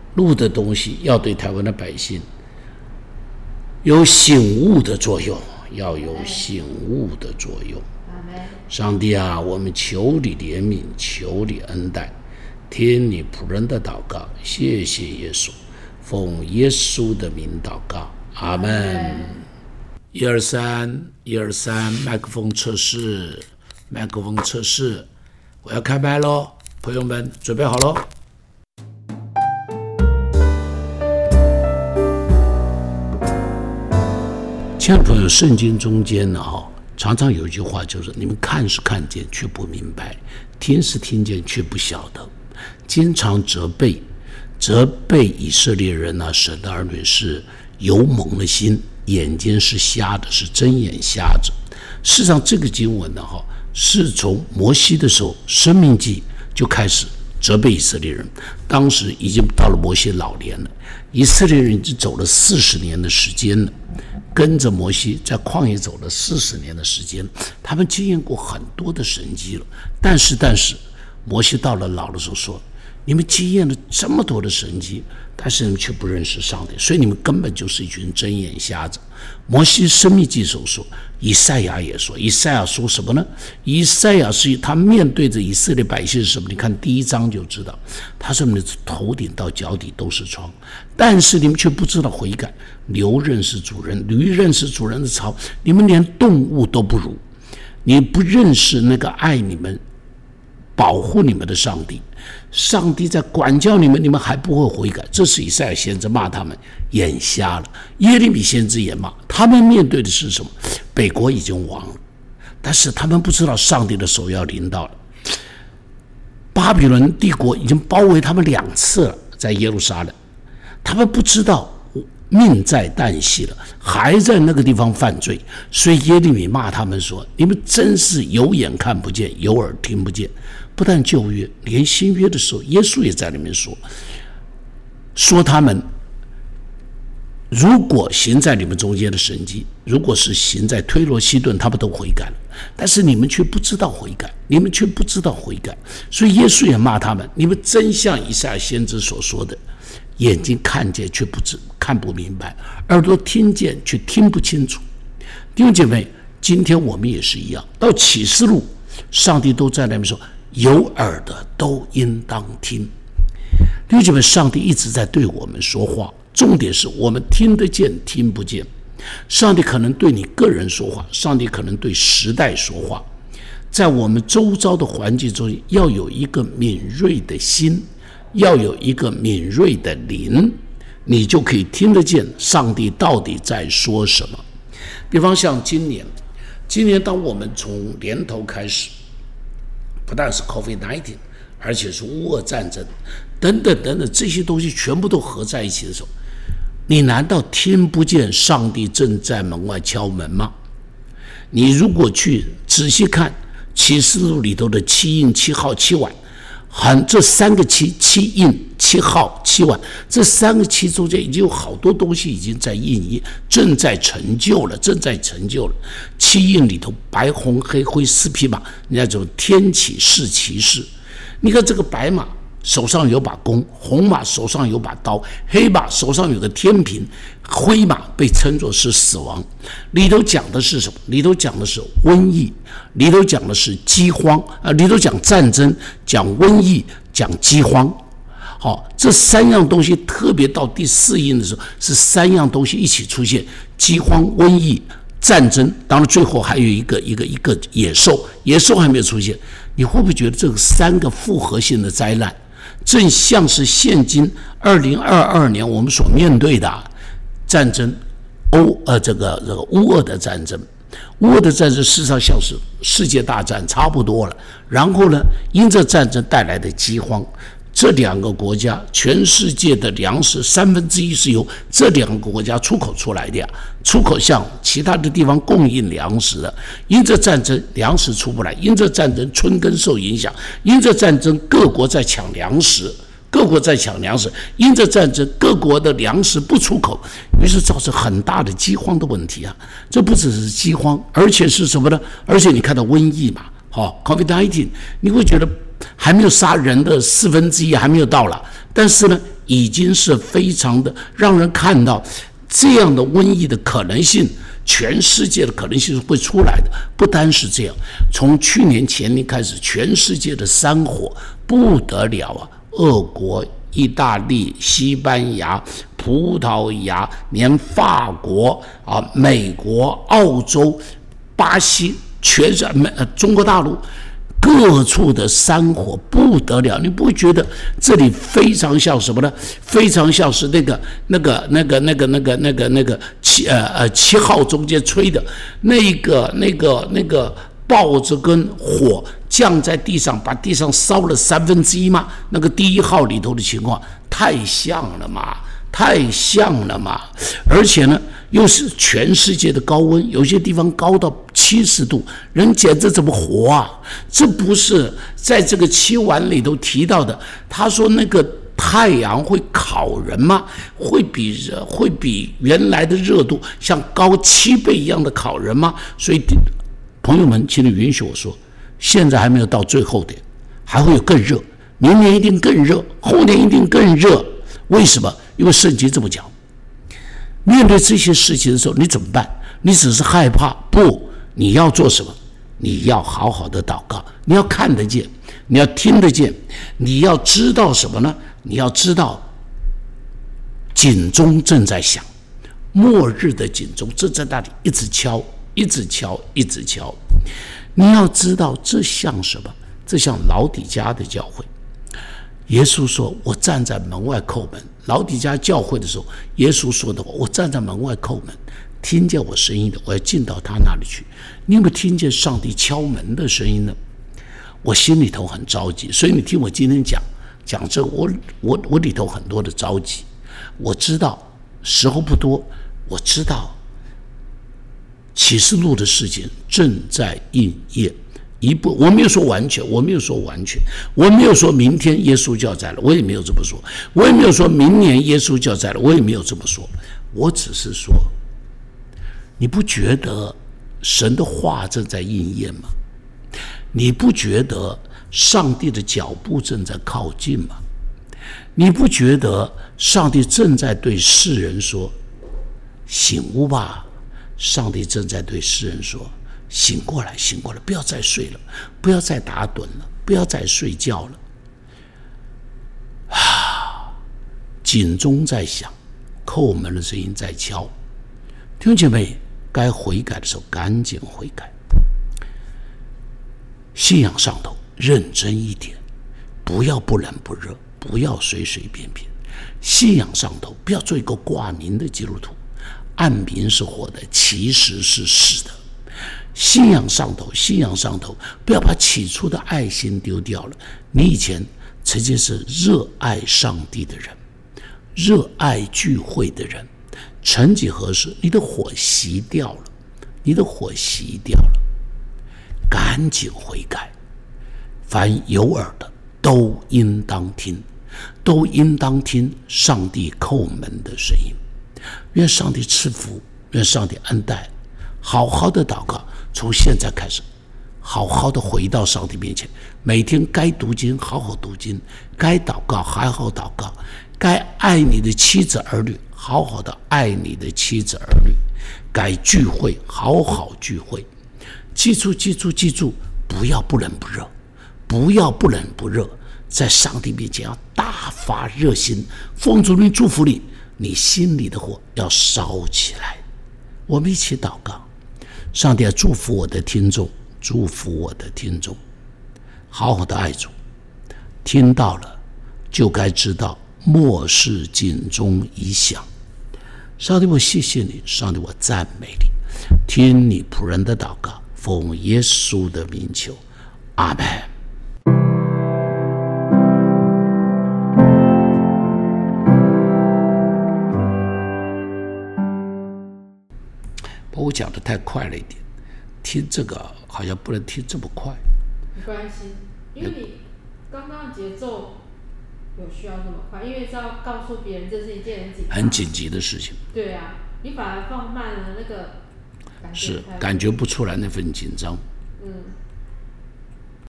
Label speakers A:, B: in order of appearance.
A: 录的东西要对台湾的百姓有醒悟的作用，要有醒悟的作用。上帝啊，我们求你怜悯，求你恩待，听你仆人的祷告，谢谢耶稣，奉耶稣的名祷告，阿们。123，麦克风测试，麦克风测试，我要开麦咯，朋友们准备好咯。亲爱的朋友，圣经中间呢，常常有一句话，就是你们看是看见却不明白，听是听见却不晓得。经常责备以色列人啊，神的儿女是油蒙了心，眼睛是瞎的，是睁眼瞎子。事实上，这个经文呢，是从摩西的时候，申命记就开始责备以色列人。当时已经到了摩西老年了，以色列人已经走了40年的时间了。跟着摩西在旷野走了40年的时间，他们经验过很多的神迹了。但是摩西到了老的时候说，你们经验了这么多的神迹，但是你们却不认识上帝，所以你们根本就是一群睁眼瞎子。摩西申命记所说，以赛亚也说，以赛亚说什么呢？以赛亚是他面对着以色列百姓是什么？你看第1章就知道，他说你们头顶到脚底都是疮，但是你们却不知道悔改。牛认识主人，驴认识主人的槽，你们连动物都不如。你不认识那个爱你们保护你们的上帝，上帝在管教你们，你们还不会悔改。这是以赛亚先知骂他们眼瞎了，耶利米先知也骂他们。面对的是什么？北国已经亡了，但是他们不知道上帝的手要临到了。巴比伦帝国已经包围他们2次了，在耶路撒冷，他们不知道命在旦夕了，还在那个地方犯罪，所以耶利米骂他们说，你们真是有眼看不见，有耳听不见。不但旧约，连新约的时候，耶稣也在里面说他们如果行在你们中间的神迹，如果是行在推罗西顿，他们都悔改了，但是你们却不知道悔改，所以耶稣也骂他们，你们真像以赛亚先知所说的，眼睛看见却看不明白，耳朵听见却听不清楚。弟兄姐妹，今天我们也是一样，到启示录，上帝都在那边说，有耳的都应当听。弟兄姐妹，上帝一直在对我们说话，重点是我们听得见听不见。上帝可能对你个人说话，上帝可能对时代说话。在我们周遭的环境中，要有一个敏锐的心，要有一个敏锐的灵，你就可以听得见上帝到底在说什么。比方像今年当我们从年头开始，不但是 COVID-19， 而且是乌俄战争等等这些东西全部都合在一起的时候，你难道听不见上帝正在门外敲门吗？你如果去仔细看启示录里头的7印7号7碗，这3个7印7号7碗，这3个7中间已经有好多东西已经在印，正在成就了。7印里头白红黑灰4匹马，那种天启士骑士。你看这个白马手上有把弓，红马手上有把刀，黑马手上有个天平，灰马被称作是死亡。里头讲的是什么？里头讲的是瘟疫，里头讲的是饥荒，里头讲战争，讲瘟疫，讲饥荒。好，这3样东西特别到第4印的时候，是3样东西一起出现：饥荒、瘟疫、战争。当然最后还有一个野兽还没有出现。你会不会觉得这个3个复合性的灾难，正像是现今2022年我们所面对的战争，这个乌俄的战争。乌俄的战争事实上像是世界大战差不多了，然后呢，因这战争带来的饥荒，这2个国家全世界的粮食1/3是由这2个国家出口出来的，出口向其他的地方供应粮食的。因这战争粮食出不来，因这战争春耕受影响，因这战争各国在抢粮食，因这战争各国的粮食不出口，于是造成很大的饥荒的问题啊。这不只是饥荒，而且是什么呢？而且你看到瘟疫嘛，COVID-19， 你会觉得还没有杀人的1/4还没有到了，但是呢， 已经是非常的让人看到这样的瘟疫的可能性，全世界的可能性是会出来的。不单是这样，从去年前年开始，全世界的山火不得了啊！俄国、意大利、西班牙、葡萄牙，连法国啊、美国、澳洲、巴西，全是中国大陆。各处的山火不得了，你不会觉得这里非常像什么呢？非常像是那个7号中间吹的那个抱着根火降在地上，把地上烧了1/3吗？那个第1号里头的情况太像了嘛，太像了嘛！而且呢，又是全世界的高温，有些地方高到70度，人简直怎么活啊？这不是在这个7晚里头提到的？他说那个太阳会烤人吗？会比原来的热度像高7倍一样的烤人吗？所以，朋友们，请你允许我说，现在还没有到最后点，还会有更热，明年一定更热，后年一定更热。为什么？因为圣经这么讲。面对这些事情的时候，你怎么办？你只是害怕？不，你要做什么？你要好好的祷告，你要看得见，你要听得见，你要知道什么呢？你要知道警钟正在响，末日的警钟正在那里一直敲，一直敲，一直敲。你要知道这像什么？这像老底嘉的教会。耶稣说：“我站在门外叩门。”老底嘉教会的时候，耶稣说的话：“我站在门外叩门，听见我声音的，我要进到他那里去。”你有没有听见上帝敲门的声音呢？我心里头很着急，所以你听我今天讲这，我里头很多的着急。我知道时候不多，我知道启示录的事情正在应验。我没有说完全，我没有说明天耶稣就要在了，我也没有这么说，我也没有说明年耶稣就要在了，我也没有这么说。我只是说，你不觉得神的话正在应验吗？你不觉得上帝的脚步正在靠近吗？你不觉得上帝正在对世人说：“醒悟吧！”上帝正在对世人说：“醒过来，醒过来，不要再睡了，不要再打盹了，不要再睡觉了。”警钟在响，叩门的声音在敲。弟兄姐妹，该悔改的时候赶紧悔改。信仰上头认真一点，不要不冷不热，不要随随便便。信仰上头不要做一个挂名的基督徒，暗名是活的，其实是死的。信仰上头不要把起初的爱心丢掉了。你以前曾经是热爱上帝的人，热爱聚会的人，曾几何时你的火熄掉了，赶紧悔改。凡有耳的都应当听，上帝叩门的声音。愿上帝赐福，愿上帝恩待。好好的祷告，从现在开始好好的回到上帝面前，每天该读经好好读经，该祷告好好祷告，该爱你的妻子儿女好好的爱你的妻子儿女，该聚会好好聚会。记住，不要不冷不热，在上帝面前要大发热心。奉主名祝福你，你心里的火要烧起来。我们一起祷告。上帝要祝福我的听众，好好的爱主，听到了就该知道末世警钟已响。上帝，我谢谢你，上帝，我赞美你，听你仆人的祷告，奉耶稣的名求，阿们。我讲的太快了一点，听这个好像不能听这么快。
B: 没关系，因为你刚刚节奏有需要这么快，因为是要告诉别人这是一件很紧急
A: 的事情。
B: 对啊，你反而放慢了那个感觉，
A: 是感觉不出来那份紧张。